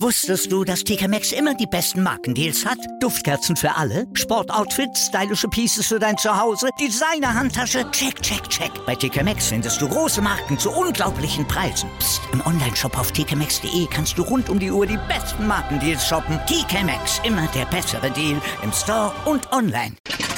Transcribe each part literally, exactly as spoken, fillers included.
Wusstest du, dass T K Maxx immer die besten Markendeals hat? Duftkerzen für alle, Sportoutfits, stylische Pieces für dein Zuhause, Designer-Handtasche, check, check, check. Bei T K Maxx findest du große Marken zu unglaublichen Preisen. Psst. Im Onlineshop auf t k maxx punkt d e kannst du rund um die Uhr die besten Markendeals shoppen. T K Maxx, immer der bessere Deal im Store und online.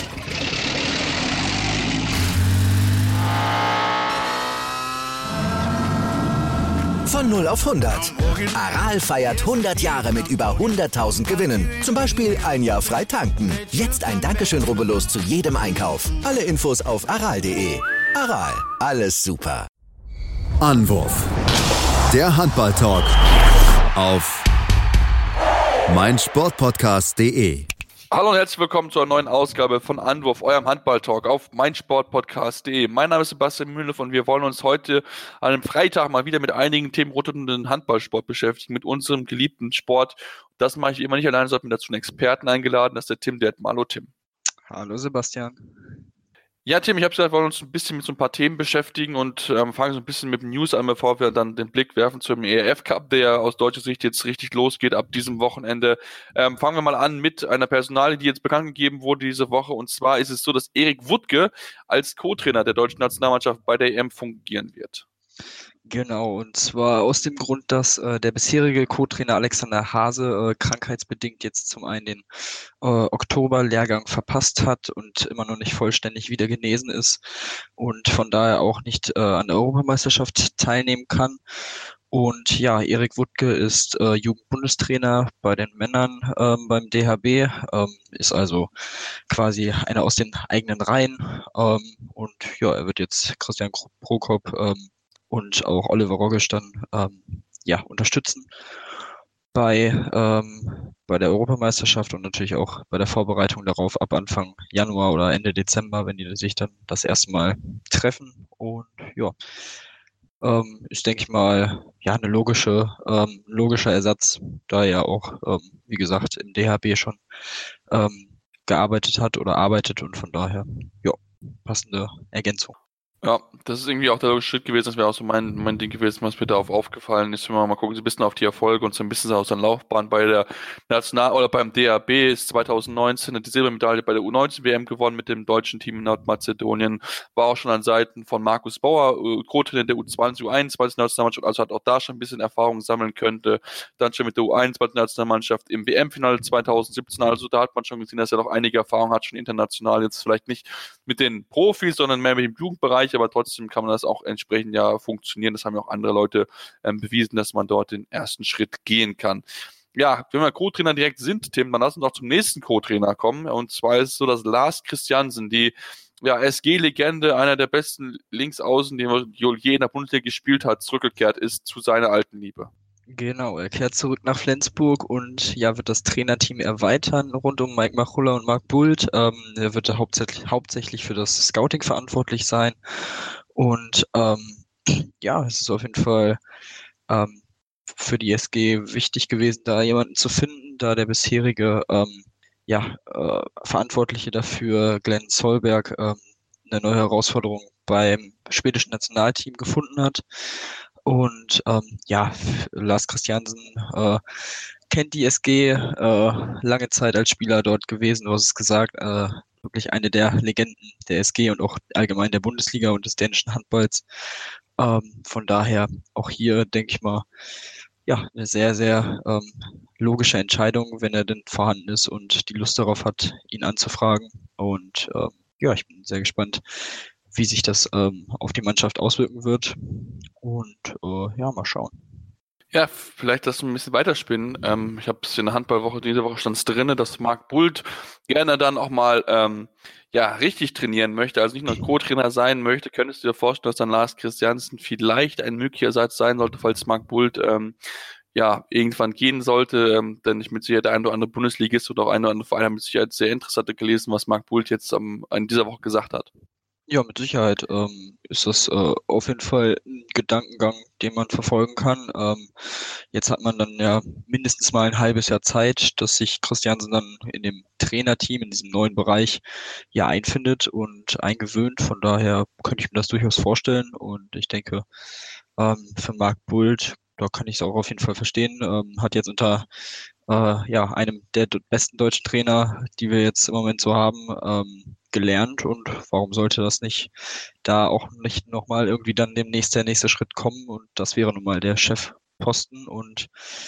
Von null auf hundert. Aral feiert hundert Jahre mit über hunderttausend Gewinnen. Zum Beispiel ein Jahr frei tanken. Jetzt ein Dankeschön, rubbellos zu jedem Einkauf. Alle Infos auf aral punkt de. Aral, alles super. Anwurf. Der Handball-Talk auf meinsportpodcast punkt de. Hallo und herzlich willkommen zu einer neuen Ausgabe von Anwurf, eurem Handball-Talk auf meinsportpodcast punkt de. Mein Name ist Sebastian Mühlev und wir wollen uns heute an einem Freitag mal wieder mit einigen Themen rund um den Handballsport beschäftigen, mit unserem geliebten Sport. Das mache ich immer nicht alleine, sondern habe mir dazu einen Experten eingeladen, das ist der Tim Detmer. Hallo Tim. Hallo Sebastian. Ja, Tim, ich habe gesagt, wir wollen uns ein bisschen mit so ein paar Themen beschäftigen und ähm, fangen so ein bisschen mit dem News an, bevor wir dann den Blick werfen zum E R F-Cup, der aus deutscher Sicht jetzt richtig losgeht ab diesem Wochenende. Ähm, fangen wir mal an mit einer Personalie, die jetzt bekannt gegeben wurde diese Woche. Und zwar ist es so, dass Erik Wuttke als Co-Trainer der deutschen Nationalmannschaft bei der E M fungieren wird. Genau, und zwar aus dem Grund, dass äh, der bisherige Co-Trainer Alexander Hase äh, krankheitsbedingt jetzt zum einen den äh, Oktober-Lehrgang verpasst hat und immer noch nicht vollständig wieder genesen ist und von daher auch nicht äh, an der Europameisterschaft teilnehmen kann. Und ja, Erik Wuttke ist äh, Jugendbundestrainer bei den Männern ähm, beim D H B, ähm, ist also quasi einer aus den eigenen Reihen ähm, und ja, er wird jetzt Christian Prokop ähm, und auch Oliver Rogisch dann ähm, ja, unterstützen bei, ähm, bei der Europameisterschaft und natürlich auch bei der Vorbereitung darauf ab Anfang Januar oder Ende Dezember, wenn die sich dann das erste Mal treffen. Und ja, ähm, ist, denke ich mal, ja, eine logische, ähm, logischer Ersatz, da er auch, ähm, wie gesagt, im D H B schon ähm, gearbeitet hat oder arbeitet und von daher, ja, passende Ergänzung. Ja, das ist irgendwie auch der logische Schritt gewesen, das wäre auch so mein, mein Ding gewesen, was mir darauf aufgefallen ist, wenn wir mal gucken, so ein bisschen auf die Erfolge und so ein bisschen aus der Laufbahn bei der National- oder beim D H B ist zwanzig neunzehn hat die Silbermedaille bei der U neunzehn W M gewonnen mit dem deutschen Team in Nordmazedonien, war auch schon an Seiten von Markus Bauer, Co-Trainer der U zwanzig, U einundzwanzig Nationalmannschaft, also hat auch da schon ein bisschen Erfahrung sammeln könnte, dann schon mit der U einundzwanzig Nationalmannschaft im W M-Finale zwanzig siebzehn, also da hat man schon gesehen, dass er noch einige Erfahrung hat, schon international, jetzt vielleicht nicht mit den Profis, sondern mehr mit dem Jugendbereich, aber trotzdem kann man das auch entsprechend ja funktionieren. Das haben ja auch andere Leute ähm, bewiesen, dass man dort den ersten Schritt gehen kann. Ja, wenn wir Co-Trainer direkt sind, Tim, dann lass uns auch zum nächsten Co-Trainer kommen. Und zwar ist es so, dass Lars Christiansen, die ja, S G-Legende, einer der besten Linksaußen, den je in der Bundesliga gespielt hat, zurückgekehrt ist zu seiner alten Liebe. Genau, er kehrt zurück nach Flensburg und ja, wird das Trainerteam erweitern rund um Mike Machulla und Marc Bult. Ähm, er wird hauptsächlich, hauptsächlich für das Scouting verantwortlich sein. Und ähm, ja, es ist auf jeden Fall ähm, für die S G wichtig gewesen, da jemanden zu finden, da der bisherige ähm, ja, äh, Verantwortliche dafür, Glenn Zollberg, ähm, eine neue Herausforderung beim schwedischen Nationalteam gefunden hat. Und ähm, ja, Lars Christiansen äh, kennt die S G, äh, lange Zeit als Spieler dort gewesen, du hast es gesagt, äh, wirklich eine der Legenden der S G und auch allgemein der Bundesliga und des dänischen Handballs. Ähm, von daher auch hier, denke ich mal, ja, eine sehr, sehr ähm, logische Entscheidung, wenn er denn vorhanden ist und die Lust darauf hat, ihn anzufragen. Und ähm, ja, ich bin sehr gespannt, wie sich das ähm, auf die Mannschaft auswirken wird. Und äh, ja, mal schauen. Ja, vielleicht das ein bisschen weiterspinnen. Ähm, ich habe es in der Handballwoche, diese Woche stand es drin, dass Marc Bult gerne dann auch mal ähm, ja richtig trainieren möchte, also nicht nur Co-Trainer sein möchte. Könntest du dir vorstellen, dass dann Lars Christiansen vielleicht ein möglicher Ersatz sein sollte, falls Marc Bult ähm, ja irgendwann gehen sollte? Ähm, denn ich mit Sicherheit der ein oder andere Bundesligist oder auch ein oder andere Verein haben mit Sicherheit sehr interessant gelesen, was Marc Bult jetzt ähm, in dieser Woche gesagt hat. Ja, mit Sicherheit ähm, ist das äh, auf jeden Fall ein Gedankengang, den man verfolgen kann. Ähm, jetzt hat man dann ja mindestens mal ein halbes Jahr Zeit, dass sich Christiansen dann in dem Trainerteam, in diesem neuen Bereich ja einfindet und eingewöhnt. Von daher könnte ich mir das durchaus vorstellen und ich denke, ähm, für Marc Bult da kann ich es auch auf jeden Fall verstehen. Ähm, hat jetzt unter äh, ja, einem der d- besten deutschen Trainer, die wir jetzt im Moment so haben, ähm, gelernt. Und warum sollte das nicht da auch nicht nochmal irgendwie dann demnächst der nächste Schritt kommen? Und das wäre nun mal der Chefposten. Und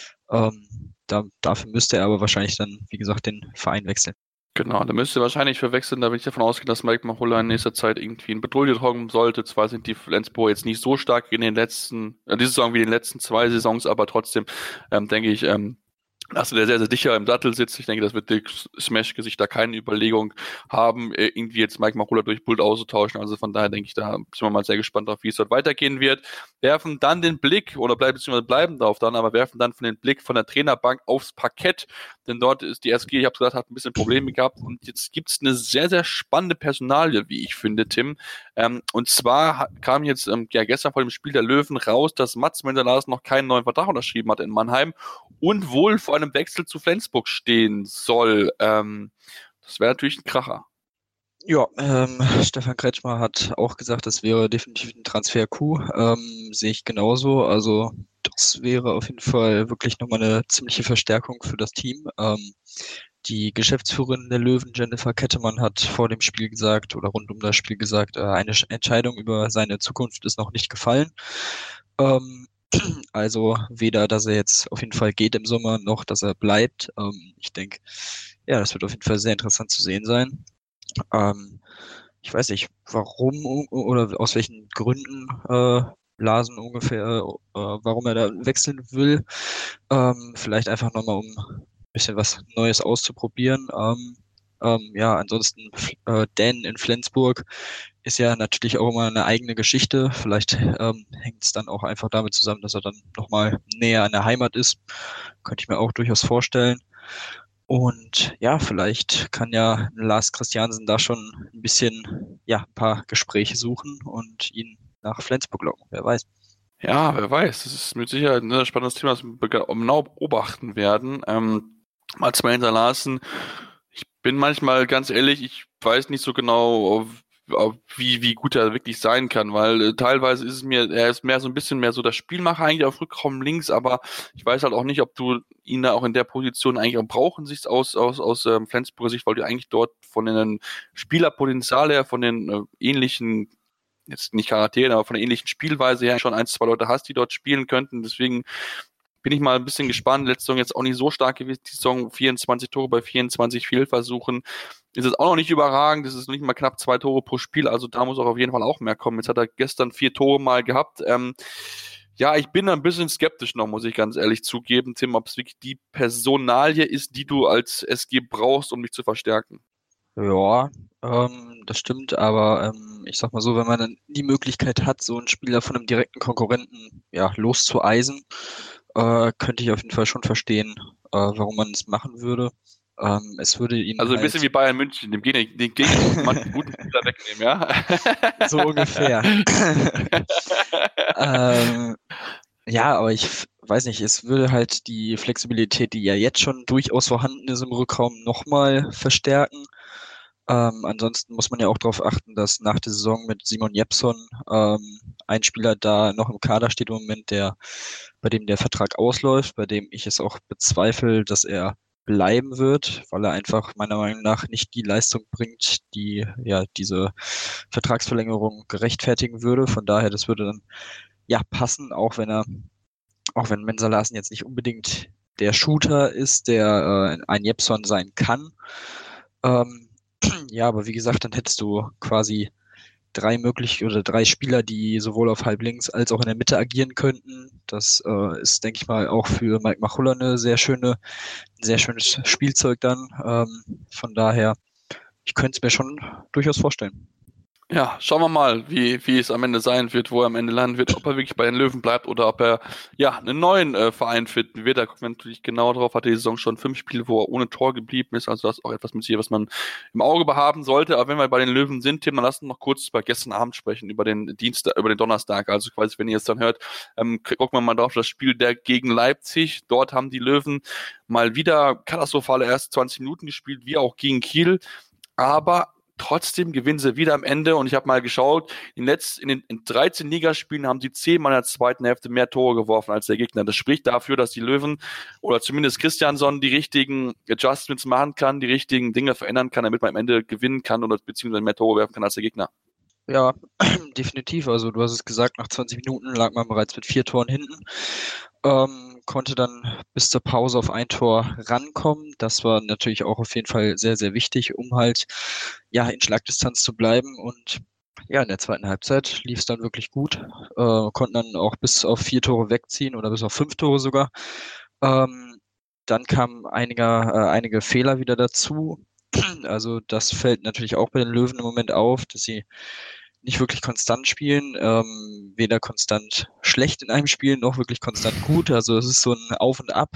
ähm, da, dafür müsste er aber wahrscheinlich dann, wie gesagt, den Verein wechseln. Genau, da müsst ihr wahrscheinlich verwechseln, da will ich davon ausgehen, dass Mike Machulla in nächster Zeit irgendwie in Bedrohung kommen sollte. Zwar sind die Flensburg jetzt nicht so stark in den letzten, äh, diese Saison wie in den letzten zwei Saisons, aber trotzdem ähm, denke ich, ähm, dass er sehr, sehr sicher im Sattel sitzt. Ich denke, das wird Dick Smaschke sich da keine Überlegung haben, äh, irgendwie jetzt Mike Machulla durch Bult auszutauschen. Also von daher denke ich, da sind wir mal sehr gespannt drauf, wie es dort weitergehen wird. Werfen dann den Blick, oder bleiben, beziehungsweise bleiben darauf dann, aber werfen dann von den Blick von der Trainerbank aufs Parkett, denn dort ist die S G, ich habe gesagt, hat ein bisschen Probleme gehabt und jetzt gibt es eine sehr, sehr spannende Personalie, wie ich finde, Tim. Ähm, und zwar hat, kam jetzt ähm, ja, gestern vor dem Spiel der Löwen raus, dass Mats Menser-Larsen noch keinen neuen Vertrag unterschrieben hat in Mannheim und wohl vor einem Wechsel zu Flensburg stehen soll. Ähm, das wäre natürlich ein Kracher. Ja, ähm, Stefan Kretschmer hat auch gesagt, das wäre definitiv ein Transfer-Coup. Ähm, sehe ich genauso. Also das wäre auf jeden Fall wirklich nochmal eine ziemliche Verstärkung für das Team. Ähm, die Geschäftsführerin der Löwen, Jennifer Kettemann, hat vor dem Spiel gesagt oder rund um das Spiel gesagt, äh, eine Entscheidung über seine Zukunft ist noch nicht gefallen. Ähm, also weder, dass er jetzt auf jeden Fall geht im Sommer, noch, dass er bleibt. Ähm, ich denke, ja, das wird auf jeden Fall sehr interessant zu sehen sein. Ähm, ich weiß nicht, warum oder aus welchen Gründen äh, Larsen ungefähr, äh, warum er da wechseln will. Ähm, vielleicht einfach nochmal, um ein bisschen was Neues auszuprobieren. Ähm, ähm, ja, ansonsten äh, Dan in Flensburg ist ja natürlich auch immer eine eigene Geschichte. Vielleicht ähm, hängt es dann auch einfach damit zusammen, dass er dann nochmal näher an der Heimat ist. Könnte ich mir auch durchaus vorstellen. Und ja, vielleicht kann ja Lars Christiansen da schon ein bisschen, ja, ein paar Gespräche suchen und ihn nach Flensburg locken. Wer weiß. Ja, wer weiß. Das ist mit Sicherheit ein spannendes Thema, das wir genau beobachten werden. Ähm, Mats Menser-Larsen, ich bin manchmal ganz ehrlich, ich weiß nicht so genau, wie, wie gut er wirklich sein kann, weil äh, teilweise ist es mir, er ist mehr so ein bisschen mehr so der Spielmacher eigentlich auf Rückraum links, aber ich weiß halt auch nicht, ob du ihn da auch in der Position eigentlich auch brauchen siehst aus, aus, aus ähm, Flensburger Sicht, weil du eigentlich dort von den Spielerpotenzial her, von den äh, ähnlichen, jetzt nicht Charakteren, aber von der ähnlichen Spielweise her schon ein, zwei Leute hast, die dort spielen könnten, deswegen bin ich mal ein bisschen gespannt. Letzte Saison jetzt auch nicht so stark gewesen. Die Saison vierundzwanzig Tore bei vierundzwanzig Fehlversuchen. Ist es auch noch nicht überragend. Das ist nicht mal knapp zwei Tore pro Spiel. Also da muss auch auf jeden Fall auch mehr kommen. Jetzt hat er gestern vier Tore mal gehabt. Ähm, ja, ich bin ein bisschen skeptisch noch, muss ich ganz ehrlich zugeben, Tim, ob es wirklich die Personalie ist, die du als S G brauchst, um dich zu verstärken. Ja, ähm, das stimmt, aber ähm, ich sag mal so, wenn man dann die Möglichkeit hat, so einen Spieler von einem direkten Konkurrenten ja, loszueisen, äh, könnte ich auf jeden Fall schon verstehen, äh, warum man es machen würde. Ähm, es würde ihn Also ein halt bisschen wie Bayern München, dem Gegner, den Gegner mal einen guten Spieler wegnehmen, ja? so ungefähr. ähm, ja, aber ich f- weiß nicht, es würde halt die Flexibilität, die ja jetzt schon durchaus vorhanden ist im Rückraum, nochmal verstärken. Ähm, ansonsten muss man ja auch darauf achten, dass nach der Saison mit Simon Jeppson ähm, ein Spieler da noch im Kader steht im Moment, der, bei dem der Vertrag ausläuft, bei dem ich es auch bezweifle, dass er bleiben wird, weil er einfach meiner Meinung nach nicht die Leistung bringt, die ja diese Vertragsverlängerung gerechtfertigen würde. Von daher, das würde dann ja passen, auch wenn er, auch wenn Mensa-Larsen jetzt nicht unbedingt der Shooter ist, der äh, ein Jeppson sein kann. Ähm, ja, aber wie gesagt, dann hättest du quasi drei mögliche oder drei Spieler, die sowohl auf halb links als auch in der Mitte agieren könnten. Das äh, ist, denke ich mal, auch für Mike Machulla eine sehr schöne, ein sehr schönes Spielzeug dann. Ähm, von daher, ich könnte es mir schon durchaus vorstellen. Ja, schauen wir mal, wie, wie es am Ende sein wird, wo er am Ende landen wird, ob er wirklich bei den Löwen bleibt oder ob er ja einen neuen äh, Verein finden wird. Da gucken wir natürlich genau drauf. Hatte die Saison schon fünf Spiele, wo er ohne Tor geblieben ist. Also das ist auch etwas mit sich, was man im Auge behaben sollte. Aber wenn wir bei den Löwen sind, Tim, dann lass uns noch kurz über gestern Abend sprechen, über den Dienstag, über den Donnerstag. Also quasi, wenn ihr es dann hört, ähm, gucken wir mal drauf, das Spiel der gegen Leipzig. Dort haben die Löwen mal wieder katastrophale erste zwanzig Minuten gespielt, wie auch gegen Kiel. Aber trotzdem gewinnen sie wieder am Ende und ich habe mal geschaut, in, letzt, in den in dreizehn Ligaspielen haben sie zehnmal in der zweiten Hälfte mehr Tore geworfen als der Gegner. Das spricht dafür, dass die Löwen oder zumindest Christiansson die richtigen Adjustments machen kann, die richtigen Dinge verändern kann, damit man am Ende gewinnen kann oder beziehungsweise mehr Tore werfen kann als der Gegner. Ja, definitiv. Also du hast es gesagt, nach zwanzig Minuten lag man bereits mit vier Toren hinten. Ähm, konnte dann bis zur Pause auf ein Tor rankommen. Das war natürlich auch auf jeden Fall sehr, sehr wichtig, um halt ja in Schlagdistanz zu bleiben. Und ja, in der zweiten Halbzeit lief es dann wirklich gut. Äh, konnten dann auch bis auf vier Tore wegziehen oder bis auf fünf Tore sogar. Ähm, dann kamen einige, äh, einige Fehler wieder dazu. Also das fällt natürlich auch bei den Löwen im Moment auf, dass sie nicht wirklich konstant spielen, ähm, weder konstant schlecht in einem Spiel, noch wirklich konstant gut. Also es ist so ein Auf und Ab.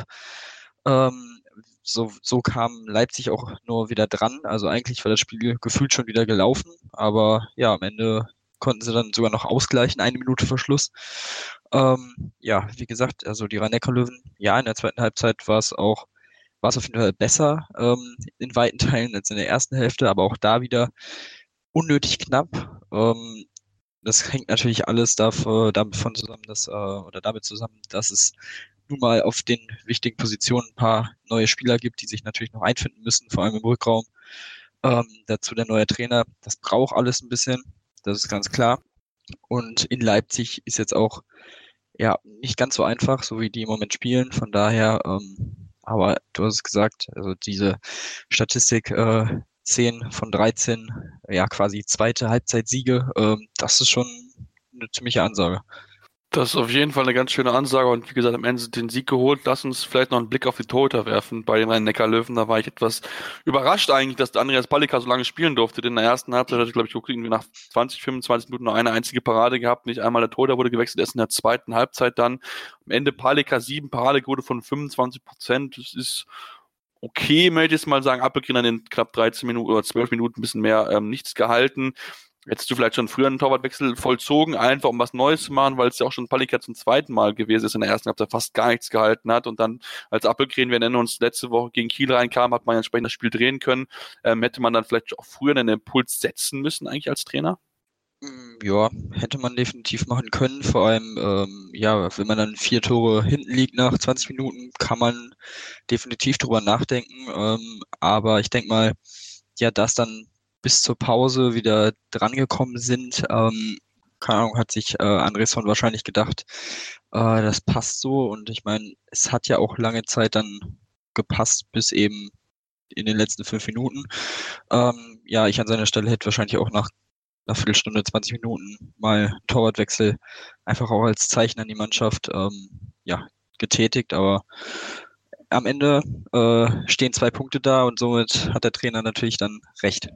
Ähm, so, so kam Leipzig auch nur wieder dran. Also eigentlich war das Spiel gefühlt schon wieder gelaufen, aber ja, am Ende konnten sie dann sogar noch ausgleichen, eine Minute vor Schluss. Ähm, ja, wie gesagt, also die Rhein-Neckar-Löwen, ja, in der zweiten Halbzeit war es auch war es auf jeden Fall besser ähm, in weiten Teilen als in der ersten Hälfte, aber auch da wieder unnötig knapp. Ähm, das hängt natürlich alles davon, davon zusammen, dass, äh, oder damit zusammen, dass es nun mal auf den wichtigen Positionen ein paar neue Spieler gibt, die sich natürlich noch einfinden müssen, vor allem im Rückraum. Ähm, dazu der neue Trainer. Das braucht alles ein bisschen, das ist ganz klar. Und in Leipzig ist jetzt auch ja nicht ganz so einfach, so wie die im Moment spielen. Von daher, ähm, aber du hast es gesagt, also diese Statistik, äh, zehn von dreizehn, ja quasi zweite Halbzeitsiege, ähm, das ist schon eine ziemliche Ansage. Das ist auf jeden Fall eine ganz schöne Ansage und wie gesagt, am Ende den Sieg geholt. Lass uns vielleicht noch einen Blick auf die Torhüter werfen bei den Rhein-Neckar-Löwen. Da war ich etwas überrascht eigentlich, dass der Andreas Palicka so lange spielen durfte. Denn in der ersten Halbzeit hatte ich, glaube ich, irgendwie nach zwanzig, fünfundzwanzig Minuten noch eine einzige Parade gehabt. Nicht einmal der Torhüter wurde gewechselt, erst in der zweiten Halbzeit dann. Am Ende Palicka sieben Paradequote von fünfundzwanzig Prozent. Das ist okay, möchte ich jetzt mal sagen. Appelgren an den knapp dreizehn Minuten oder zwölf Minuten ein bisschen mehr ähm, nichts gehalten. Hättest du vielleicht schon früher einen Torwartwechsel vollzogen, einfach um was Neues zu machen, weil es ja auch schon Palicka zum zweiten Mal gewesen ist in der ersten Halbzeit, fast gar nichts gehalten hat und dann als Appelgren, wir nennen uns letzte Woche gegen Kiel reinkam, hat man entsprechend das Spiel drehen können. Ähm, hätte man dann vielleicht auch früher einen Impuls setzen müssen eigentlich als Trainer? Ja, hätte man definitiv machen können. Vor allem, ähm, ja, wenn man dann vier Tore hinten liegt nach zwanzig Minuten, kann man definitiv drüber nachdenken. Ähm, aber ich denke mal, ja, dass dann bis zur Pause wieder drangekommen sind, ähm, keine Ahnung, hat sich äh, Andresson wahrscheinlich gedacht, äh, das passt so. Und ich meine, es hat ja auch lange Zeit dann gepasst, bis eben in den letzten fünf Minuten. Ähm, ja, ich an seiner Stelle hätte wahrscheinlich auch nach einer Viertelstunde, zwanzig Minuten mal Torwartwechsel einfach auch als Zeichen an die Mannschaft ähm, ja, getätigt, aber am Ende äh, stehen zwei Punkte da und somit hat der Trainer natürlich dann recht.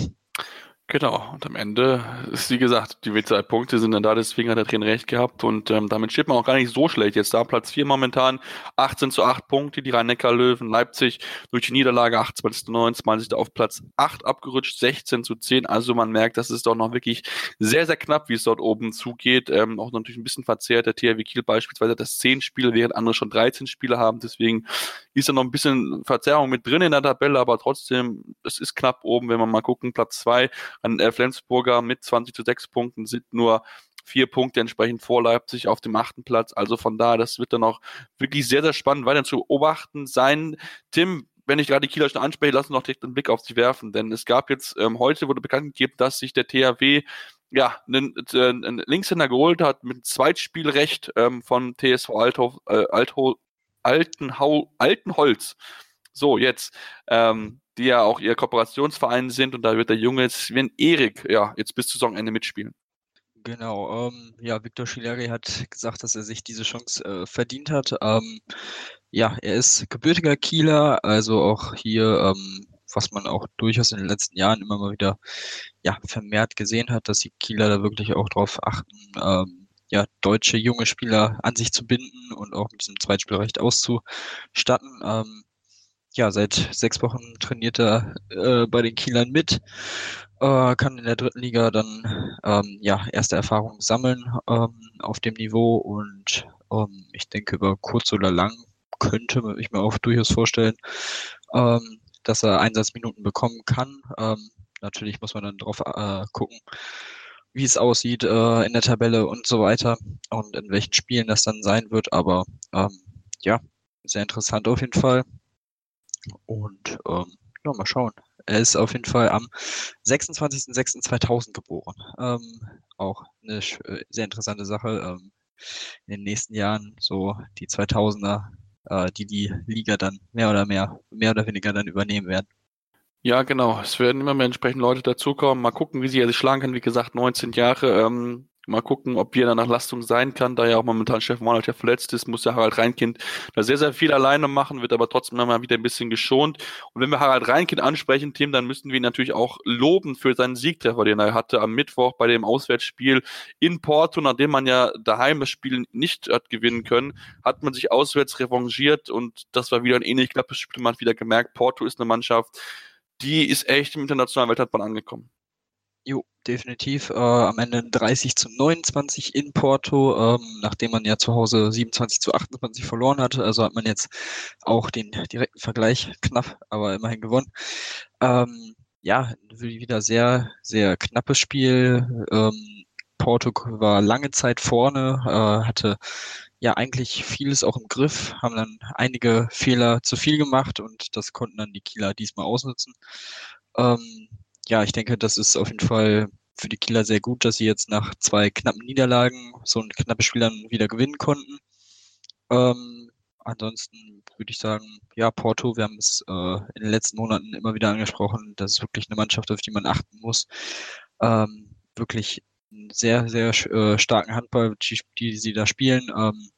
Genau, und am Ende ist, wie gesagt, die zwei Punkte sind dann da, deswegen hat der Trainer recht gehabt und ähm, damit steht man auch gar nicht so schlecht. Jetzt da Platz vier momentan, achtzehn zu acht Punkte, die Rhein-Neckar-Löwen, Leipzig durch die Niederlage achtundzwanzig zu neunundzwanzig auf Platz acht abgerutscht, sechzehn zu zehn, also man merkt, das ist doch noch wirklich sehr, sehr knapp, wie es dort oben zugeht, ähm, auch natürlich ein bisschen verzerrt, der T H W Kiel beispielsweise hat das zehn Spiele, während andere schon dreizehn Spiele haben, deswegen ist da noch ein bisschen Verzerrung mit drin in der Tabelle, aber trotzdem, es ist knapp oben, wenn wir mal gucken, Platz zwei an äh, Flensburger mit zwanzig zu sechs Punkten sind nur vier Punkte entsprechend vor Leipzig auf dem achten Platz. Also von da, das wird dann auch wirklich sehr, sehr spannend weiter zu beobachten sein. Tim, wenn ich gerade die Kieler schon anspreche, lass uns noch direkt einen Blick auf sie werfen, denn es gab jetzt, ähm, heute wurde bekannt gegeben, dass sich der T H W ja, einen, äh, einen Linkshänder geholt hat mit Zweitspielrecht ähm, von T S V Althof, äh, Altho, Altenhau, Altenholz. So, jetzt, ähm, die ja auch ihr Kooperationsverein sind und da wird der junge Sven Erik ja jetzt bis Saisonende mitspielen. Genau, ähm, ja, Viktor Schileri hat gesagt, dass er sich diese Chance äh, verdient hat. Ähm, ja, er ist gebürtiger Kieler, also auch hier, ähm, was man auch durchaus in den letzten Jahren immer mal wieder ja, vermehrt gesehen hat, dass die Kieler da wirklich auch drauf achten, ähm, ja, deutsche junge Spieler an sich zu binden und auch mit diesem Zweitspielrecht auszustatten. Ähm, ja, seit sechs Wochen trainiert er äh, bei den Kielern mit, äh, kann in der dritten Liga dann ähm, ja erste Erfahrungen sammeln ähm, auf dem Niveau und ähm, ich denke, über kurz oder lang könnte ich mir auch durchaus vorstellen, ähm, dass er Einsatzminuten bekommen kann. Ähm, natürlich muss man dann drauf äh, gucken, wie es aussieht äh, in der Tabelle und so weiter und in welchen Spielen das dann sein wird. Aber ähm, ja, sehr interessant auf jeden Fall. Und ähm, ja, mal schauen. Er ist auf jeden Fall am sechsundzwanzigsten sechsten zweitausend geboren. Ähm, auch eine sch- sehr interessante Sache. Ähm, in den nächsten Jahren so die zweitausender, äh, die die Liga dann mehr oder mehr, mehr oder weniger dann übernehmen werden. Ja, genau. Es werden immer mehr entsprechend Leute dazukommen. Mal gucken, wie sich er sich schlagen kann. Wie gesagt, neunzehn Jahre. Ähm, mal gucken, ob wir dann nach Leistung sein kann. Da ja auch momentan Steffen Warnold ja verletzt ist, muss ja Harald Reinkind da sehr, sehr viel alleine machen, wird aber trotzdem immer wieder ein bisschen geschont. Und wenn wir Harald Reinkind ansprechen, Tim, dann müssen wir ihn natürlich auch loben für seinen Siegtreffer, den er hatte am Mittwoch bei dem Auswärtsspiel in Porto. Nachdem man ja daheim das Spiel nicht hat gewinnen können, hat man sich auswärts revanchiert und das war wieder ein ähnlich knappes Spiel. Man hat wieder gemerkt, Porto ist eine Mannschaft, die ist echt im internationalen Welthandball angekommen. Jo, definitiv. Äh, am Ende dreißig zu neunundzwanzig in Porto, ähm, nachdem man ja zu Hause siebenundzwanzig zu achtundzwanzig verloren hat. Also hat man jetzt auch den direkten Vergleich knapp, aber immerhin gewonnen. Ähm, ja, wieder sehr, sehr knappes Spiel. Ähm, Porto war lange Zeit vorne, äh, hatte ja eigentlich vieles auch im Griff, haben dann einige Fehler zu viel gemacht und das konnten dann die Kieler diesmal ausnutzen. Ähm, ja, ich denke, das ist auf jeden Fall für die Kieler sehr gut, dass sie jetzt nach zwei knappen Niederlagen so ein knappes Spiel dann wieder gewinnen konnten. Ähm, ansonsten würde ich sagen, ja, Porto, wir haben es äh, in den letzten Monaten immer wieder angesprochen, das ist wirklich eine Mannschaft, auf die man achten muss. Ähm, wirklich einen sehr, sehr äh, starken Handball, die, die sie da spielen. Ähm,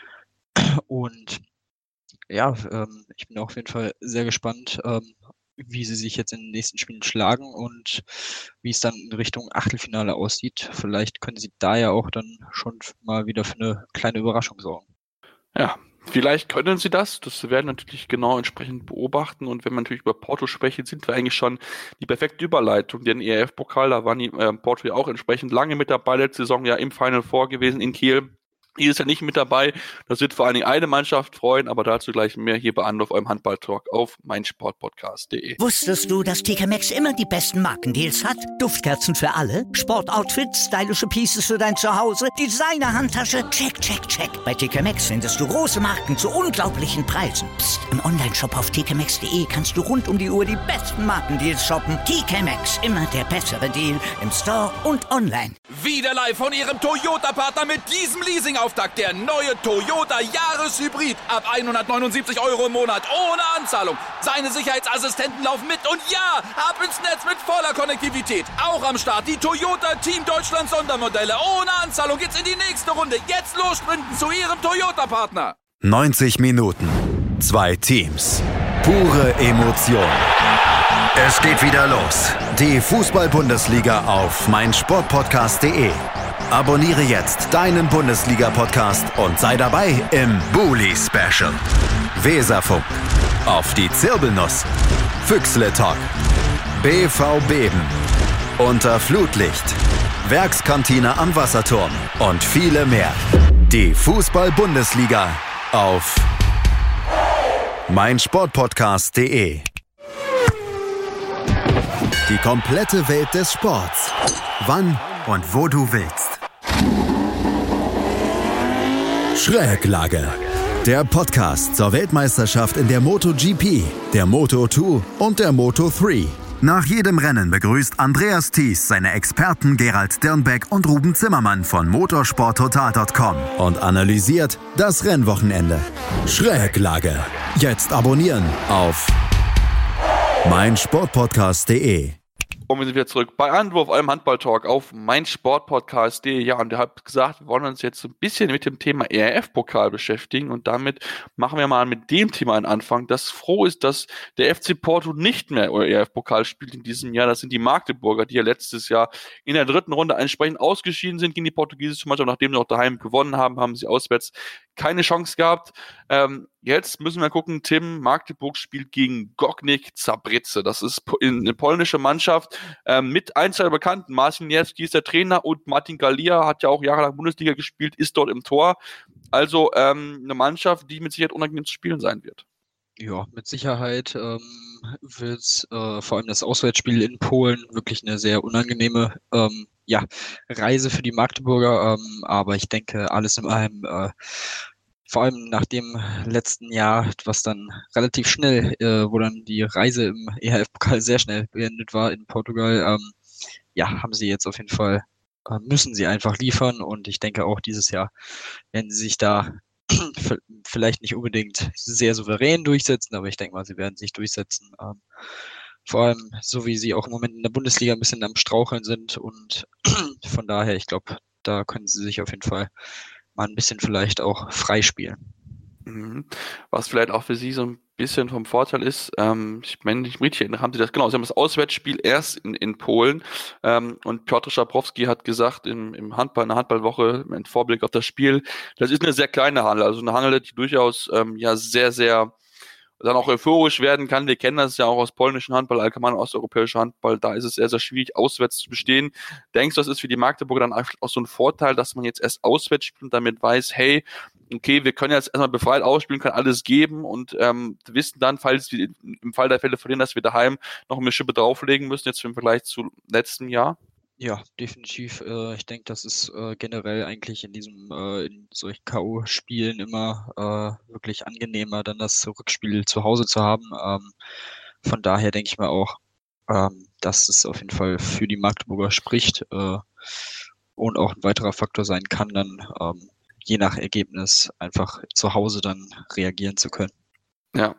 und ja, ähm, ich bin auf jeden Fall sehr gespannt, ähm, wie sie sich jetzt in den nächsten Spielen schlagen und wie es dann in Richtung Achtelfinale aussieht. Vielleicht können sie da ja auch dann schon mal wieder für eine kleine Überraschung sorgen. Ja, vielleicht können sie das. Das werden wir natürlich genau entsprechend beobachten. Und wenn wir natürlich über Porto sprechen, sind wir eigentlich schon die perfekte Überleitung. Den E R F-Pokal, da waren die äh, Porto ja auch entsprechend lange mit dabei. Letzte Saison ja im Final Four gewesen in Kiel. Hier ist ja nicht mit dabei. Das wird vor allen Dingen eine Mannschaft freuen, aber dazu gleich mehr hier bei Anruf eurem Handball-Talk auf meinsportpodcast punkt de. Wusstest du, dass T K Maxx immer die besten Markendeals hat? Duftkerzen für alle, Sportoutfits, stylische Pieces für dein Zuhause, Designer-Handtasche, check, check, check. Bei T K Maxx findest du große Marken zu unglaublichen Preisen. Psst. Im Onlineshop auf t k maxx punkt de kannst du rund um die Uhr die besten Markendeals shoppen. T K Maxx, immer der bessere Deal im Store und online. Wieder live von Ihrem Toyota-Partner mit diesem Leasing-Auftakt. Der neue Toyota Jahreshybrid. Ab hundertneunundsiebzig Euro im Monat. Ohne Anzahlung. Seine Sicherheitsassistenten laufen mit. Und ja, ab ins Netz mit voller Konnektivität. Auch am Start die Toyota Team Deutschland Sondermodelle. Ohne Anzahlung geht's in die nächste Runde. Jetzt los sprinten zu Ihrem Toyota-Partner. neunzig Minuten. Zwei Teams. Pure Emotion. Es geht wieder los. Die Fußball-Bundesliga auf meinsportpodcast punkt de. Abonniere jetzt deinen Bundesliga-Podcast und sei dabei im Bully-Special. Weserfunk. Auf die Zirbelnuss. Füchsle Talk. B V Beben. Unter Flutlicht. Werkskantine am Wasserturm. Und viele mehr. Die Fußball-Bundesliga auf meinsportpodcast punkt de. Die komplette Welt des Sports. Wann und wo du willst. Schräglage. Der Podcast zur Weltmeisterschaft in der MotoGP, der Moto zwei und der Moto drei. Nach jedem Rennen begrüßt Andreas Thies seine Experten Gerald Dirnbeck und Ruben Zimmermann von motorsporttotal punkt com und analysiert das Rennwochenende. Schräglage. Jetzt abonnieren auf meinsportpodcast punkt de. Und wir sind wieder zurück bei Anwurf, eurem Handball-Talk auf meinsportpodcast punkt de. Ja, und ihr habt gesagt, wir wollen uns jetzt ein bisschen mit dem Thema E R F-Pokal beschäftigen und damit machen wir mal mit dem Thema einen Anfang, das froh ist, dass der F C Porto nicht mehr E R F-Pokal spielt in diesem Jahr. Das sind die Magdeburger, die ja letztes Jahr in der dritten Runde entsprechend ausgeschieden sind gegen die portugiesische Mannschaft. Nachdem sie auch daheim gewonnen haben, haben sie auswärts keine Chance gehabt. Ähm, jetzt müssen wir gucken, Tim, Magdeburg spielt gegen Górnik Zabrze. Das ist eine polnische Mannschaft ähm, mit ein, zwei Bekannten. Marcin Niewski ist der Trainer und Martin Galia hat ja auch jahrelang Bundesliga gespielt, ist dort im Tor. Also ähm, eine Mannschaft, die mit Sicherheit unangenehm zu spielen sein wird. Ja, mit Sicherheit ähm, wird äh, vor allem das Auswärtsspiel in Polen wirklich eine sehr unangenehme ähm, ja, Reise für die Magdeburger. Ähm, aber ich denke, alles in allem, äh, vor allem nach dem letzten Jahr, was dann relativ schnell, äh, wo dann die Reise im E H F-Pokal sehr schnell beendet war in Portugal, ähm, ja, haben sie jetzt auf jeden Fall, äh, müssen sie einfach liefern. Und ich denke auch dieses Jahr werden sie sich da vielleicht nicht unbedingt sehr souverän durchsetzen, aber ich denke mal, sie werden sich durchsetzen. Ähm, vor allem, so wie sie auch im Moment in der Bundesliga ein bisschen am Straucheln sind und von daher, ich glaube, da können sie sich auf jeden Fall mal ein bisschen vielleicht auch freispielen. Mhm. Was vielleicht auch für Sie so ein bisschen vom Vorteil ist, ähm, ich meine, ich richtig erinnere, haben Sie das, genau, Sie haben das Auswärtsspiel erst in, in Polen, ähm, und Piotr Schabrowski hat gesagt im, im Handball, in der Handballwoche, im Vorblick auf das Spiel, das ist eine sehr kleine Halle, also eine Halle, die durchaus ähm, ja sehr, sehr dann auch euphorisch werden kann. Wir kennen das ja auch aus polnischen Handball, allgemein osteuropäischer Handball. Da ist es sehr, sehr schwierig, auswärts zu bestehen. Denkst du, das ist für die Magdeburger dann einfach auch so ein Vorteil, dass man jetzt erst auswärts spielt und damit weiß, hey, okay, wir können jetzt erstmal befreit ausspielen, können alles geben und ähm, wissen dann, falls wir im Fall der Fälle verlieren, dass wir daheim noch eine Schippe drauflegen müssen, jetzt im Vergleich zu letztem Jahr? Ja, definitiv. Äh, ich denke, das ist äh, generell eigentlich in diesem, äh, in solchen K O-Spielen immer äh, wirklich angenehmer, dann das Rückspiel zu Hause zu haben. Ähm, von daher denke ich mal auch, ähm, dass es auf jeden Fall für die Magdeburger spricht äh, und auch ein weiterer Faktor sein kann, dann ähm, je nach Ergebnis einfach zu Hause dann reagieren zu können. Ja.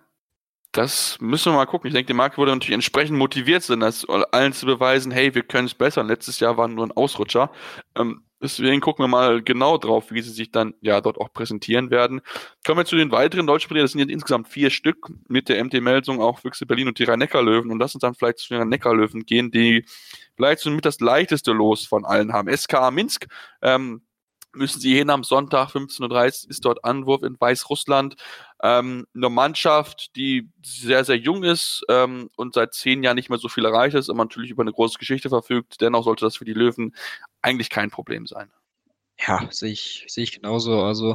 Das müssen wir mal gucken. Ich denke, die Marke wurde natürlich entsprechend motiviert sein, das allen zu beweisen, hey, wir können es besser. Und letztes Jahr waren nur ein Ausrutscher. Ähm, deswegen gucken wir mal genau drauf, wie sie sich dann ja dort auch präsentieren werden. Kommen wir zu den weiteren deutschen Spielern. Das sind jetzt insgesamt vier Stück mit der M T-Melsung, auch Füchse Berlin und die Rhein-Neckar-Löwen. Und lass uns dann vielleicht zu den Rhein-Neckar-Löwen gehen, die vielleicht so mit das leichteste Los von allen haben. S K A Minsk, ähm, müssen sie hin am Sonntag, fünfzehn Uhr dreißig ist dort Anwurf in Weißrussland. Ähm, eine Mannschaft, die sehr, sehr jung ist ähm, und seit zehn Jahren nicht mehr so viel erreicht ist, aber natürlich über eine große Geschichte verfügt. Dennoch sollte das für die Löwen eigentlich kein Problem sein. Ja, sehe ich, sehe ich genauso. Also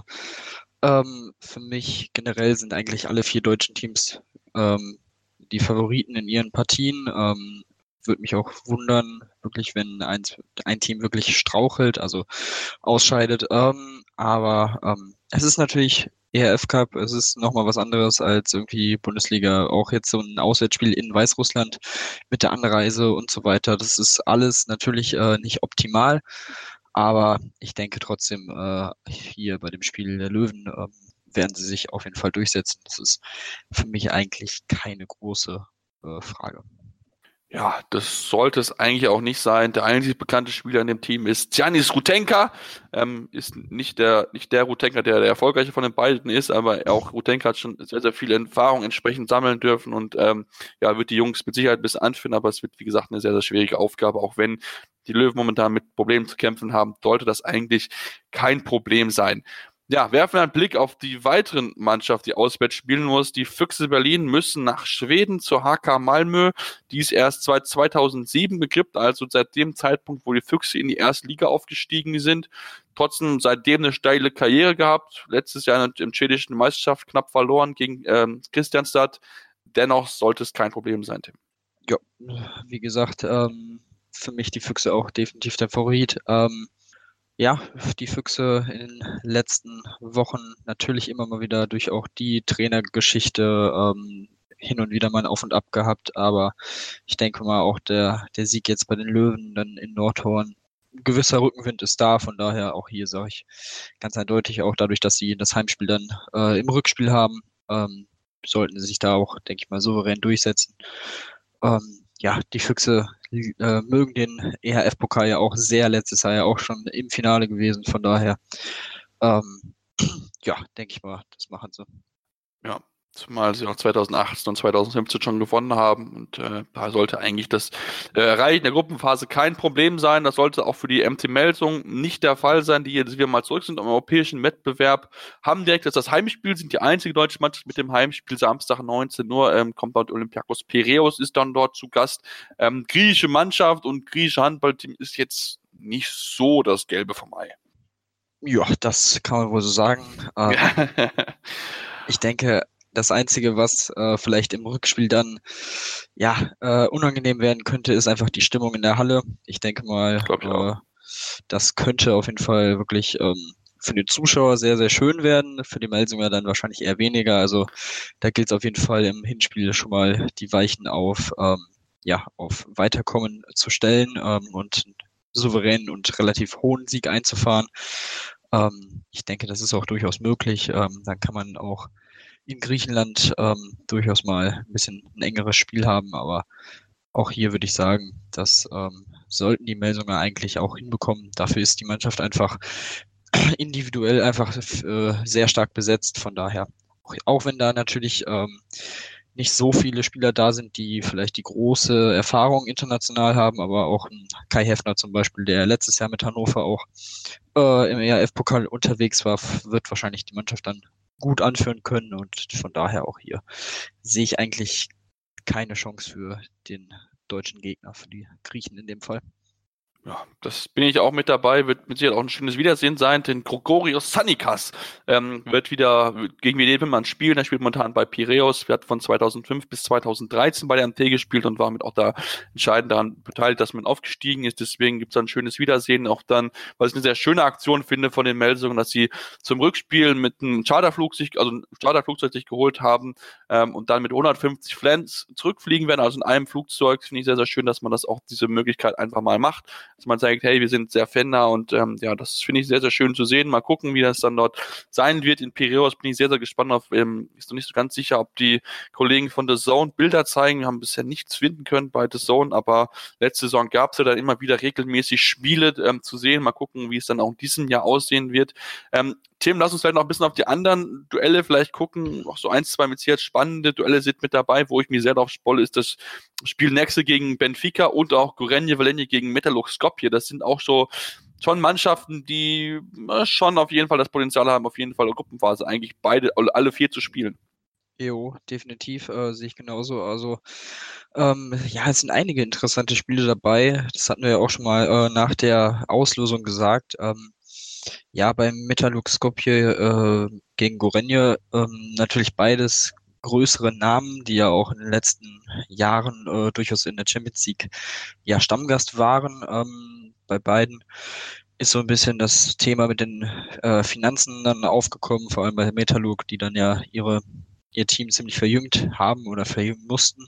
ähm, für mich generell sind eigentlich alle vier deutschen Teams ähm, die Favoriten in ihren Partien. Ähm, würde mich auch wundern, wirklich, wenn ein, ein Team wirklich strauchelt, also ausscheidet. Ähm, aber ähm, es ist natürlich E H F Cup, es ist nochmal was anderes als irgendwie Bundesliga, auch jetzt so ein Auswärtsspiel in Weißrussland mit der Anreise und so weiter. Das ist alles natürlich äh, nicht optimal, aber ich denke trotzdem, äh, hier bei dem Spiel der Löwen äh, werden sie sich auf jeden Fall durchsetzen. Das ist für mich eigentlich keine große äh, Frage. Ja, das sollte es eigentlich auch nicht sein. Der einzige bekannte Spieler in dem Team ist Giannis Rutenka. Ähm, ist nicht der, nicht der Rutenka, der der erfolgreiche von den beiden ist, aber auch Rutenka hat schon sehr, sehr viel Erfahrung entsprechend sammeln dürfen und ähm, ja, wird die Jungs mit Sicherheit ein bisschen anführen, aber es wird, wie gesagt, eine sehr, sehr schwierige Aufgabe, auch wenn die Löwen momentan mit Problemen zu kämpfen haben, sollte das eigentlich kein Problem sein. Ja, werfen wir einen Blick auf die weiteren Mannschaft, die auswärts spielen muss. Die Füchse Berlin müssen nach Schweden zur H K Malmö. Die ist erst seit zweitausendsieben gegrippt, also seit dem Zeitpunkt, wo die Füchse in die erste Liga aufgestiegen sind. Trotzdem seitdem eine steile Karriere gehabt. Letztes Jahr im tschechischen Meisterschaft knapp verloren gegen ähm, Kristianstad. Dennoch sollte es kein Problem sein, Tim. Ja, wie gesagt, ähm, für mich die Füchse auch definitiv der Favorit. Ähm, Ja, die Füchse in den letzten Wochen natürlich immer mal wieder durch auch die Trainergeschichte ähm, hin und wieder mal ein Auf und Ab gehabt, aber ich denke mal auch der, der Sieg jetzt bei den Löwen dann in Nordhorn, ein gewisser Rückenwind ist da, von daher auch hier sage ich ganz eindeutig, auch dadurch, dass sie das Heimspiel dann äh, im Rückspiel haben, ähm, sollten sie sich da auch, denke ich mal, souverän durchsetzen. Ähm, ja, die Füchse äh, mögen den E H F-Pokal ja auch sehr, letztes Jahr ja auch schon im Finale gewesen, von daher, ähm, ja, denke ich mal, das machen sie. Ja, zumal sie auch zweitausendachtzehn und zweitausendfünfzehn schon gewonnen haben und äh, da sollte eigentlich das äh, Erreichen der Gruppenphase kein Problem sein. Das sollte auch für die M T Melsung nicht der Fall sein, die jetzt wieder mal zurück sind im europäischen Wettbewerb, haben direkt jetzt das Heimspiel, sind die einzige deutsche Mannschaft mit dem Heimspiel, Samstag neunzehn Uhr, ähm, kommt dort Olympiakos Piräus, ist dann dort zu Gast. Ähm, griechische Mannschaft und griechische Handballteam ist jetzt nicht so das Gelbe vom Ei. Ja, das kann man wohl so sagen. Ähm, ich denke, Das Einzige, was äh, vielleicht im Rückspiel dann ja äh, unangenehm werden könnte, ist einfach die Stimmung in der Halle. Ich denke mal, Ich glaub, ja. äh, das könnte auf jeden Fall wirklich ähm, für den Zuschauer sehr, sehr schön werden. Für die Melsunger dann wahrscheinlich eher weniger. Also da gilt es auf jeden Fall im Hinspiel schon mal die Weichen auf, ähm, ja, auf Weiterkommen zu stellen ähm, und einen souveränen und relativ hohen Sieg einzufahren. Ähm, ich denke, das ist auch durchaus möglich. Ähm, dann kann man auch in Griechenland ähm, durchaus mal ein bisschen ein engeres Spiel haben, aber auch hier würde ich sagen, das ähm, sollten die Melsunger eigentlich auch hinbekommen. Dafür ist die Mannschaft einfach individuell einfach äh, sehr stark besetzt. Von daher, auch, auch wenn da natürlich ähm, nicht so viele Spieler da sind, die vielleicht die große Erfahrung international haben, aber auch ein Kai Heffner zum Beispiel, der letztes Jahr mit Hannover auch äh, im E R F-Pokal unterwegs war, wird wahrscheinlich die Mannschaft dann gut anführen können und von daher auch hier sehe ich eigentlich keine Chance für den deutschen Gegner, für die Griechen in dem Fall. Ja, das bin ich auch mit dabei, wird mit Sicherheit auch ein schönes Wiedersehen sein, denn Grigorios Sanikas ähm, wird wieder gegen Wiedemann spielen, er spielt momentan bei Piräus, er hat von zweitausendfünf bis zweitausenddreizehn bei der M T gespielt und war mit auch da entscheidend daran beteiligt, dass man aufgestiegen ist, deswegen gibt es ein schönes Wiedersehen, auch dann, weil ich eine sehr schöne Aktion finde von den Melsungen, dass sie zum Rückspiel mit einem Charterflug sich, also ein Charterflugzeug sich geholt haben ähm, und dann mit hundertfünfzig Fans zurückfliegen werden, also in einem Flugzeug, finde ich sehr, sehr schön, dass man das auch, diese Möglichkeit einfach mal macht, dass man sagt, hey, wir sind sehr Fender und ähm, ja, das finde ich sehr, sehr schön zu sehen. Mal gucken, wie das dann dort sein wird. In Piräus bin ich sehr, sehr gespannt auf, ähm, ist noch nicht so ganz sicher, ob die Kollegen von The Zone Bilder zeigen. Wir haben bisher nichts finden können bei The Zone, aber letzte Saison gab es ja dann immer wieder regelmäßig Spiele ähm, zu sehen. Mal gucken, wie es dann auch in diesem Jahr aussehen wird. Ähm, Tim, lass uns vielleicht noch ein bisschen auf die anderen Duelle vielleicht gucken. Auch so eins, zwei mit sehr spannende Duelle sind mit dabei, wo ich mich sehr darauf spolle, ist das Spiel Nexe gegen Benfica und auch Gorenje Velenje gegen Metalurg Skopje. Das sind auch so schon Mannschaften, die äh, schon auf jeden Fall das Potenzial haben, auf jeden Fall in der Gruppenphase eigentlich beide, alle vier zu spielen. Jo, definitiv, äh, sehe ich genauso. Also ähm, ja, es sind einige interessante Spiele dabei. Das hatten wir ja auch schon mal äh, nach der Auslosung gesagt. Ähm, ja, beim Metalurg Skopje äh, gegen Gorenje ähm, natürlich beides größere Namen, die ja auch in den letzten Jahren äh, durchaus in der Champions League ja Stammgast waren. Ähm, bei beiden ist so ein bisschen das Thema mit den äh, Finanzen dann aufgekommen, vor allem bei Metalurg, die dann ja ihre ihr Team ziemlich verjüngt haben oder verjüngen mussten.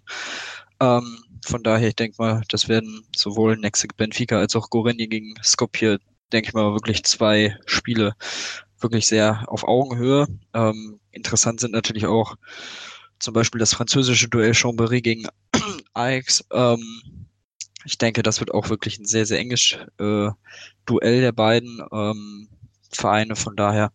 Ähm, von daher, ich denke mal, das werden sowohl Nexe Benfica als auch Gorenje gegen Skopje, denke ich mal, wirklich zwei Spiele wirklich sehr auf Augenhöhe. Ähm, interessant sind natürlich auch zum Beispiel das französische Duell Chambéry gegen Ajax. Ähm, ich denke, das wird auch wirklich ein sehr, sehr enges äh, Duell der beiden ähm, Vereine. Von daher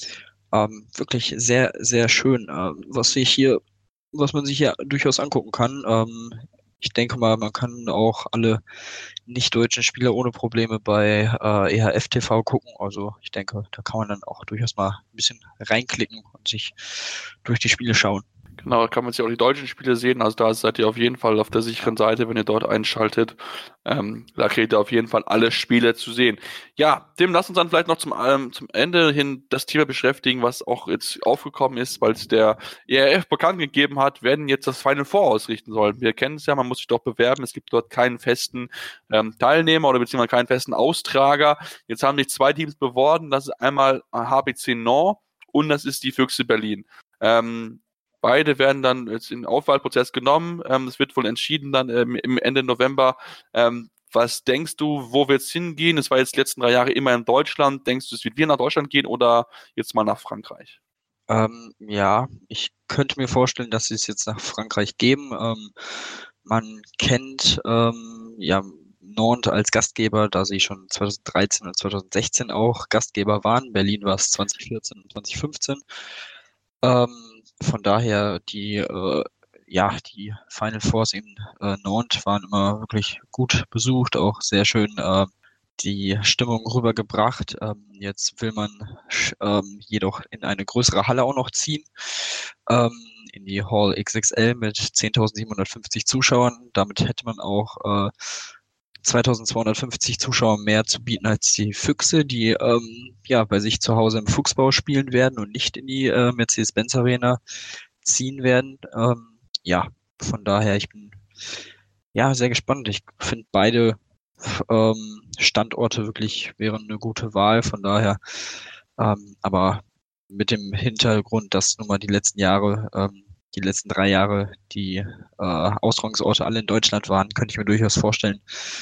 ähm, wirklich sehr, sehr schön, äh, was sich hier, was man sich hier durchaus angucken kann. Ähm, ich denke mal, man kann auch alle nicht-deutschen Spieler ohne Probleme bei äh, E H F T V gucken. Also ich denke, da kann man dann auch durchaus mal ein bisschen reinklicken und sich durch die Spiele schauen. Genau, da kann man sich auch die deutschen Spiele sehen, also da seid ihr auf jeden Fall auf der sicheren Seite, wenn ihr dort einschaltet. Ähm, da kriegt ihr auf jeden Fall alle Spiele zu sehen. Ja, Tim, lass uns dann vielleicht noch zum, ähm, zum Ende hin das Thema beschäftigen, was auch jetzt aufgekommen ist, weil es der E R F bekannt gegeben hat, werden jetzt das Final Four ausrichten sollen. Wir kennen es ja, man muss sich doch bewerben, es gibt dort keinen festen ähm, Teilnehmer oder beziehungsweise keinen festen Austrager. Jetzt haben sich zwei Teams beworben, das ist einmal H B C Nantes und das ist die Füchse Berlin. Ähm, Beide werden dann jetzt in den Aufwahlprozess genommen. Ähm, es wird wohl entschieden dann ähm, im Ende November. Ähm, was denkst du, wo wird es hingehen? Es war jetzt die letzten drei Jahre immer in Deutschland. Denkst du, es wird wieder nach Deutschland gehen oder jetzt mal nach Frankreich? Ähm, ja, ich könnte mir vorstellen, dass sie es jetzt nach Frankreich geben. Ähm, man kennt ähm, ja Nantes als Gastgeber, da sie schon zweitausenddreizehn und zweitausendsechzehn auch Gastgeber waren. Berlin war es zweitausendvierzehn und zweitausendfünfzehn. Ähm, von daher die äh, ja die Final Fours in äh, Nantes waren immer wirklich gut besucht, auch sehr schön äh, die Stimmung rübergebracht. Ähm, jetzt will man ähm, jedoch in eine größere Halle auch noch ziehen, ähm, in die Hall X X L mit zehntausendsiebenhundertfünfzig Zuschauern. Damit hätte man auch äh, zweitausendzweihundertfünfzig Zuschauer mehr zu bieten als die Füchse, die ähm, ja bei sich zu Hause im Fuchsbau spielen werden und nicht in die äh, Mercedes-Benz Arena ziehen werden. Ähm, ja, von daher, ich bin ja sehr gespannt. Ich finde beide ähm, Standorte wirklich wären eine gute Wahl. Von daher, ähm, aber mit dem Hintergrund, dass nun mal die letzten Jahre, ähm, die letzten drei Jahre die äh, Austragungsorte alle in Deutschland waren, könnte ich mir durchaus vorstellen,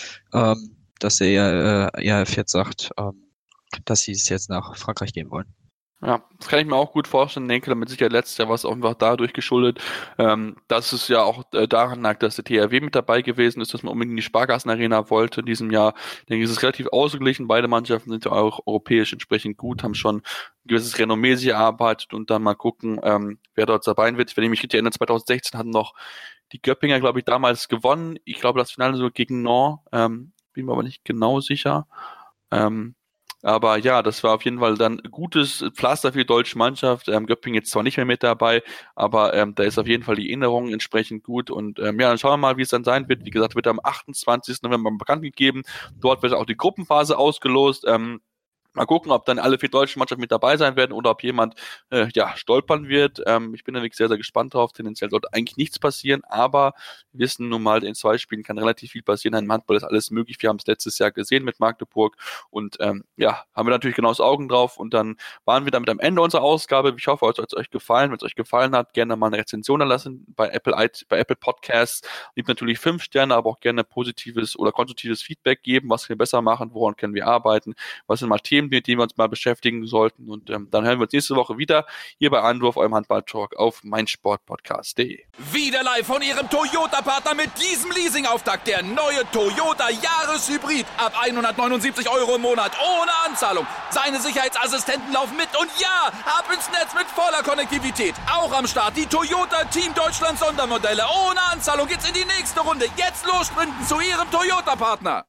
ähm, dass der äh, E H F jetzt sagt, ähm, dass sie es jetzt nach Frankreich gehen wollen. Ja, das kann ich mir auch gut vorstellen. Ich denke, damit sicher letztes Jahr war es auch einfach dadurch geschuldet, ähm, dass es ja auch äh, daran lag, dass der T H W mit dabei gewesen ist, dass man unbedingt die Sparkassenarena wollte in diesem Jahr. Ich denke, es ist relativ ausgeglichen. Beide Mannschaften sind ja auch europäisch entsprechend gut, haben schon ein gewisses Renommee sich erarbeitet und dann mal gucken, ähm, wer dort dabei wird. Wenn ich mich richtig erinnere, zwanzig sechzehn hatten noch die Göppinger, glaube ich, damals gewonnen. Ich glaube, das Finale so gegen Nord, ähm, bin mir aber nicht genau sicher. Ähm, Aber ja, das war auf jeden Fall dann gutes Pflaster für die deutsche Mannschaft. Ähm, Göppingen jetzt zwar nicht mehr mit dabei, aber ähm, da ist auf jeden Fall die Erinnerung entsprechend gut. Und ähm, ja, dann schauen wir mal, wie es dann sein wird. Wie gesagt, wird am achtundzwanzigsten November bekannt gegeben. Dort wird auch die Gruppenphase ausgelost. Ähm, Mal gucken, ob dann alle vier deutschen Mannschaften mit dabei sein werden oder ob jemand äh, ja stolpern wird. Ähm, ich bin nämlich sehr, sehr gespannt drauf. Tendenziell sollte eigentlich nichts passieren, aber wir wissen nun mal, in zwei Spielen kann relativ viel passieren. Im Handball ist alles möglich. Wir haben es letztes Jahr gesehen mit Magdeburg und ähm, ja, haben wir natürlich genau das Augen drauf. Und dann waren wir damit am Ende unserer Ausgabe. Ich hoffe, es hat euch gefallen. Wenn es euch gefallen hat, gerne mal eine Rezension erlassen bei Apple, bei Apple Podcasts. Liebt natürlich fünf Sterne, aber auch gerne positives oder konstruktives Feedback geben, was wir besser machen, woran können wir arbeiten, was sind mal Themen, mit denen wir uns mal beschäftigen sollten. Und ähm, dann hören wir uns nächste Woche wieder hier bei Anwurf, eurem Handball-Talk auf meinsportpodcast punkt de. Wieder live von Ihrem Toyota-Partner mit diesem Leasing-Auftakt. Der neue Toyota Jahreshybrid. Ab hundertneunundsiebzig Euro im Monat. Ohne Anzahlung. Seine Sicherheitsassistenten laufen mit. Und ja, ab ins Netz mit voller Konnektivität. Auch am Start die Toyota Team Deutschland Sondermodelle. Ohne Anzahlung geht's in die nächste Runde. Jetzt los sprinten zu Ihrem Toyota-Partner.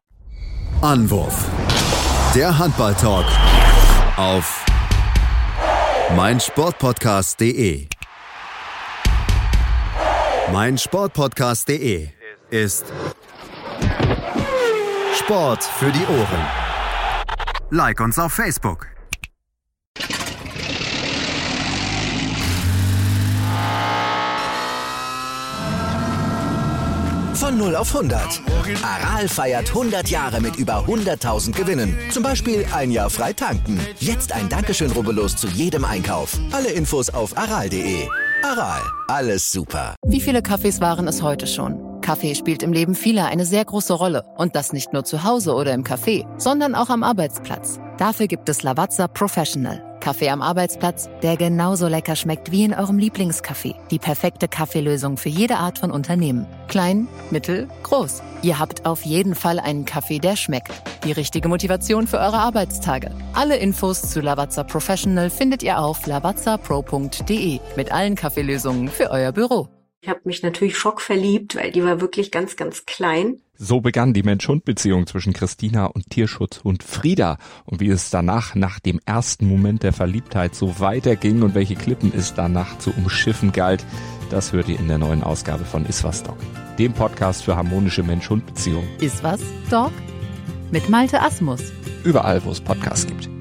Anwurf. Der Handball-Talk auf meinsportpodcast punkt de. meinsportpodcast punkt de ist Sport für die Ohren. Like uns auf Facebook. Von null auf hundert. Aral feiert hundert Jahre mit über hunderttausend Gewinnen. Zum Beispiel ein Jahr frei tanken. Jetzt ein Dankeschön, rubbellos zu jedem Einkauf. Alle Infos auf aral punkt de. Aral, alles super. Wie viele Kaffees waren es heute schon? Kaffee spielt im Leben vieler eine sehr große Rolle. Und das nicht nur zu Hause oder im Café, sondern auch am Arbeitsplatz. Dafür gibt es Lavazza Professional. Kaffee am Arbeitsplatz, der genauso lecker schmeckt wie in eurem Lieblingscafé. Die perfekte Kaffeelösung für jede Art von Unternehmen. Klein, mittel, groß. Ihr habt auf jeden Fall einen Kaffee, der schmeckt. Die richtige Motivation für eure Arbeitstage. Alle Infos zu Lavazza Professional findet ihr auf lavazza pro punkt de mit allen Kaffeelösungen für euer Büro. Ich habe mich natürlich schockverliebt, weil die war wirklich ganz, ganz klein. So begann die Mensch-Hund-Beziehung zwischen Christina und Tierschutzhund Frieda. Und wie es danach, nach dem ersten Moment der Verliebtheit, so weiterging und welche Klippen es danach zu umschiffen galt, das hört ihr in der neuen Ausgabe von Iswas Dog, dem Podcast für harmonische Mensch-Hund-Beziehungen. Iswas Dog? Mit Malte Asmus. Überall, wo es Podcasts gibt.